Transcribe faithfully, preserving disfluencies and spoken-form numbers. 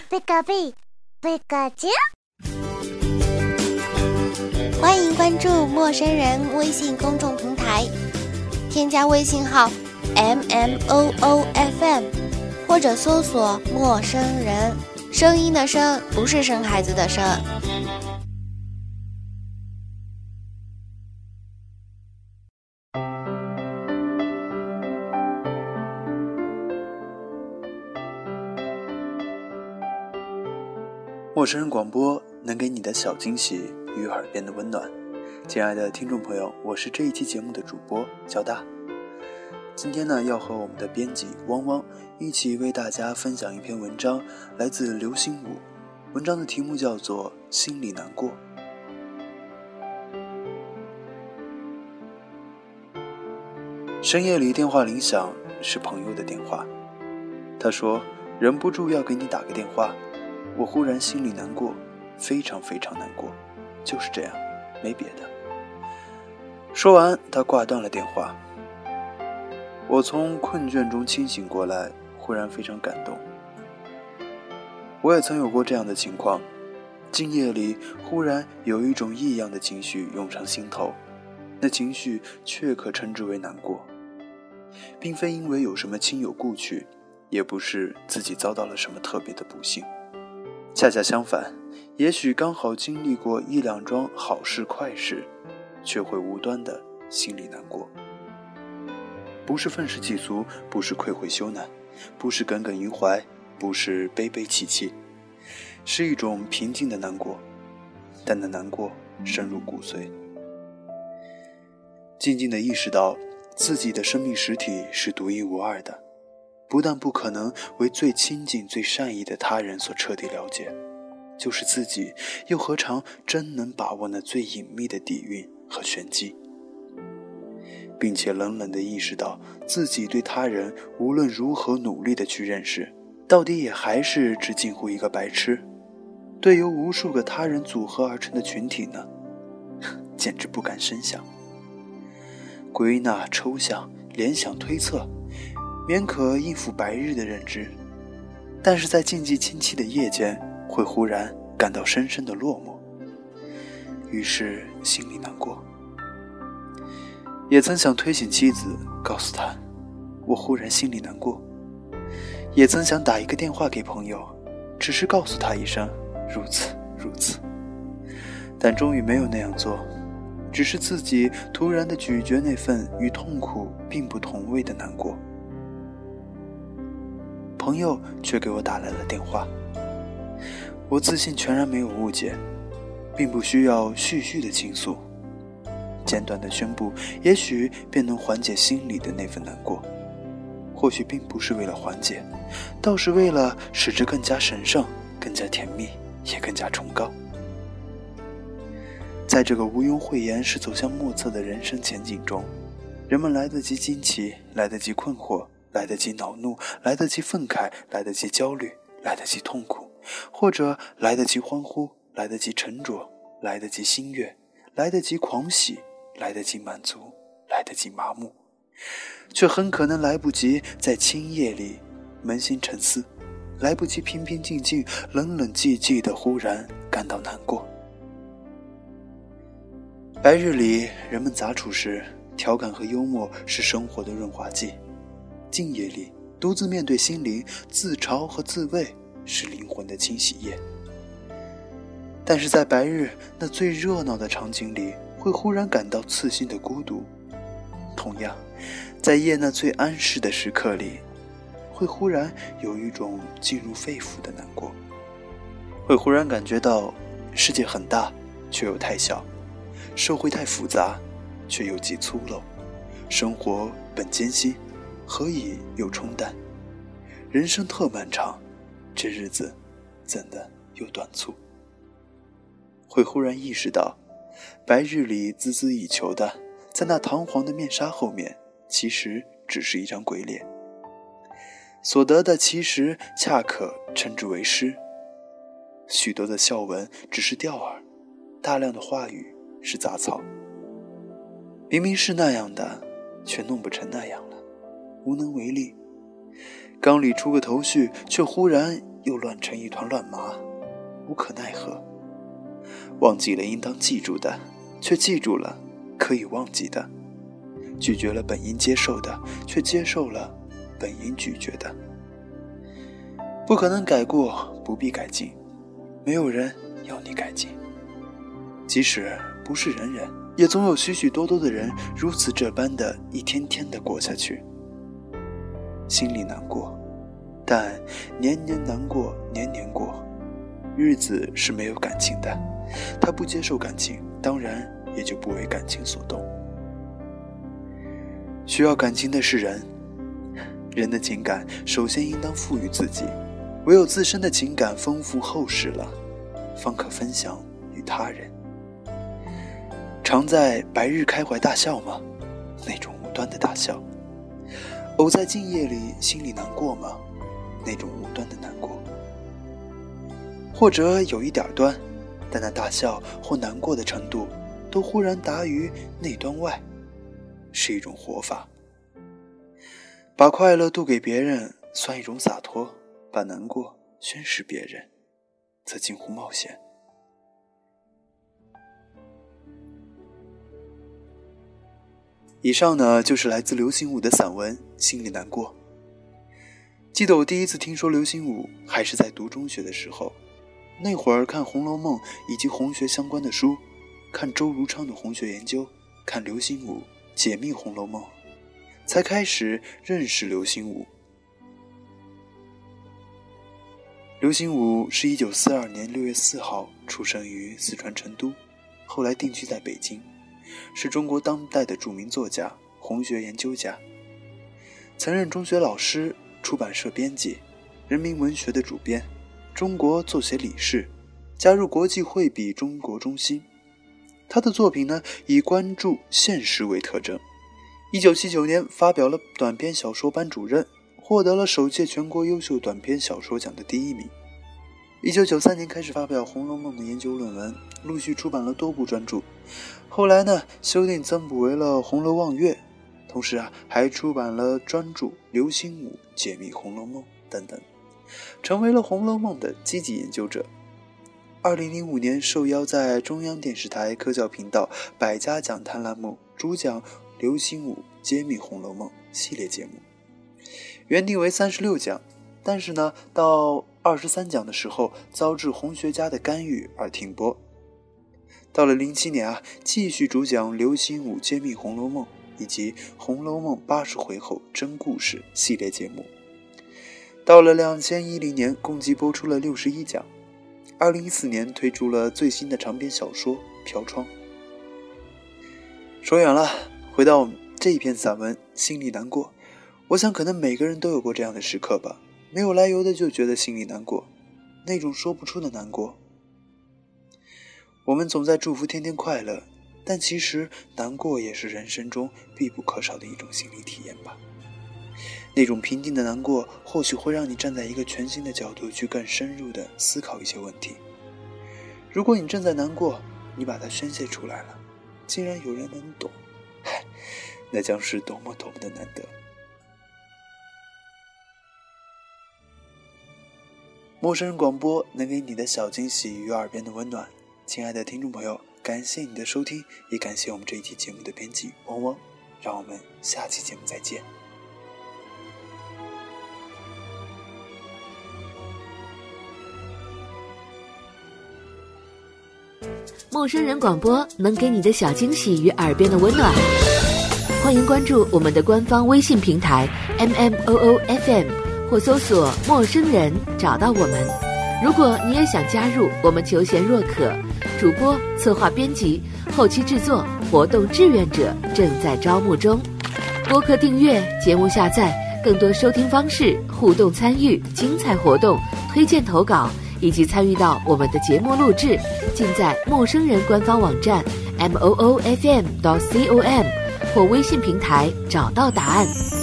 贝卡贝，贝卡啾。 欢迎关注陌生人微信公众平台，添加微信号 M M O O F M， 或者搜索陌生人，声音的声，不是生孩子的生。 陌生人广播能给你的小惊喜与耳边的温暖。亲爱的听众朋友，我是这一期节目的主播小大。今天呢，要和我们的编辑汪汪一起为大家分享一篇文章，来自刘心武。文章的题目叫做《心里难过》。深夜里电话铃响，是朋友的电话。他说忍不住要给你打个电话，我忽然心里难过，非常非常难过，就是这样，没别的。说完，他挂断了电话。我从困倦中清醒过来，忽然非常感动。我也曾有过这样的情况，静夜里忽然有一种异样的情绪涌上心头，那情绪却可称之为难过，并非因为有什么亲友故去，也不是自己遭到了什么特别的不幸，恰恰相反，也许刚好经历过一两桩好事快事，却会无端的心里难过。不是愤世嫉俗，不是愧悔羞赧，不是耿耿于怀，不是悲悲戚戚，是一种平静的难过，但那难过深入骨髓。静静地意识到自己的生命实体是独一无二的，不但不可能为最亲近最善意的他人所彻底了解，就是自己又何尝真能把握那最隐秘的底蕴和玄机，并且冷冷地意识到自己对他人无论如何努力地去认识，到底也还是只近乎一个白痴。对由无数个他人组合而成的群体呢，简直不敢深想。归纳抽象联想推测，免可应付白日的认知，但是在静寂清凄的夜间，会忽然感到深深的落寞，于是心里难过。也曾想推醒妻子，告诉她我忽然心里难过，也曾想打一个电话给朋友，只是告诉他一声如此如此，但终于没有那样做，只是自己突然地咀嚼那份与痛苦并不同味的难过。朋友却给我打来了电话，我自信全然没有误解，并不需要絮絮的倾诉，简短的宣布也许便能缓解心里的那份难过，或许并不是为了缓解，倒是为了使之更加神圣，更加甜蜜，也更加崇高。在这个毋庸讳言是走向莫测的人生前景中，人们来得及惊奇，来得及困惑，来得及恼怒，来得及愤慨，来得及焦虑，来得及痛苦，或者来得及欢呼，来得及沉着，来得及心悦，来得及狂喜，来得及满足，来得及麻木，却很可能来不及在清夜里扪心沉思，来不及平平静静冷冷寂寂的忽然感到难过。白日里人们杂处时，调侃和幽默是生活的润滑剂，静夜里独自面对心灵，自嘲和自慰是灵魂的清洗液。但是在白日那最热闹的场景里，会忽然感到刺心的孤独。同样，在夜那最安适的时刻里，会忽然有一种进入肺腑的难过，会忽然感觉到世界很大却又太小，社会太复杂却又极粗陋，生活本艰辛何以又冲淡，人生特漫长，这日子怎的又短促。会忽然意识到白日里孜孜以求的，在那堂皇的面纱后面，其实只是一张鬼脸，所得的其实恰可称之为诗。许多的笑文只是钓饵，大量的话语是杂草。明明是那样的，却弄不成那样了，无能为力。缸里出个头绪，却忽然又乱成一团乱麻，无可奈何。忘记了应当记住的，却记住了可以忘记的；拒绝了本应接受的，却接受了本应拒绝的。不可能改过，不必改进，没有人要你改进。即使不是人人，也总有许许多多的人如此这般的一天天的过下去。心里难过，但年年难过，年年过。日子是没有感情的，他不接受感情，当然也就不为感情所动。需要感情的是人，人的情感首先应当赋予自己，唯有自身的情感丰富厚实了，方可分享与他人。常在白日开怀大笑吗？那种无端的大笑。偶在静夜里心里难过吗？那种无端的难过。或者有一点端，但那大笑或难过的程度都忽然达于内端外，是一种活法。把快乐度给别人算一种洒脱，把难过宣示别人则近乎冒险。以上呢，就是来自刘心武的散文《心里难过》。记得我第一次听说刘心武还是在读中学的时候，那会儿看《红楼梦》以及红学相关的书，看周如昌的红学研究，看刘心武解密《红楼梦》，才开始认识刘心武。刘心武是一九四二年六月四号出生于四川成都，后来定居在北京，是中国当代的著名作家、红学研究家，曾任中学老师、出版社编辑、人民文学的主编、中国作协理事，加入国际绘笔中国中心。他的作品呢，以关注现实为特征。一九七九年发表了短篇小说班主任，获得了首届全国优秀短篇小说奖的第一名。一九九三年开始发表《红楼梦》的研究论文，陆续出版了多部专著。后来呢，修订增补为了《红楼望月》，同时啊，还出版了专著《刘心武解密红楼梦》等等，成为了《红楼梦》的积极研究者。二零零五年受邀在中央电视台科教频道百家讲坛栏目主讲《刘心武揭秘红楼梦》系列节目，原定为三十六讲，但是呢，到二十三讲的时候遭致红学家的干预而停播。到了零七年啊，继续主讲《刘心武揭秘红楼梦》以及《红楼梦八十回后真故事》系列节目。到了二零一零年，共计播出了六十一讲。二零一四年推出了最新的长篇小说《飘窗》。说远了，回到这一篇散文《心里难过》，我想可能每个人都有过这样的时刻吧，没有来由的就觉得心里难过，那种说不出的难过。我们总在祝福天天快乐，但其实难过也是人生中必不可少的一种心理体验吧。那种平静的难过，或许会让你站在一个全新的角度去更深入地思考一些问题。如果你正在难过，你把它宣泄出来了，竟然有人能懂，嗨，那将是多么多么的难得。陌生人广播能给你的小惊喜与耳边的温暖。亲爱的听众朋友，感谢你的收听，也感谢我们这一期节目的编辑汪汪，让我们下期节目再见。 陌生人广播能给你的小惊喜与耳边的温暖，欢迎关注我们的官方微信平台 M M O O F M 或搜索陌生人找到我们。如果你也想加入，我们求贤若渴，主播、策划、编辑、后期制作、活动志愿者正在招募中。播客订阅、节目下载、更多收听方式、互动参与、精彩活动、推荐投稿以及参与到我们的节目录制，尽在陌生人官方网站 M O O F M 点 com 或微信平台找到答案。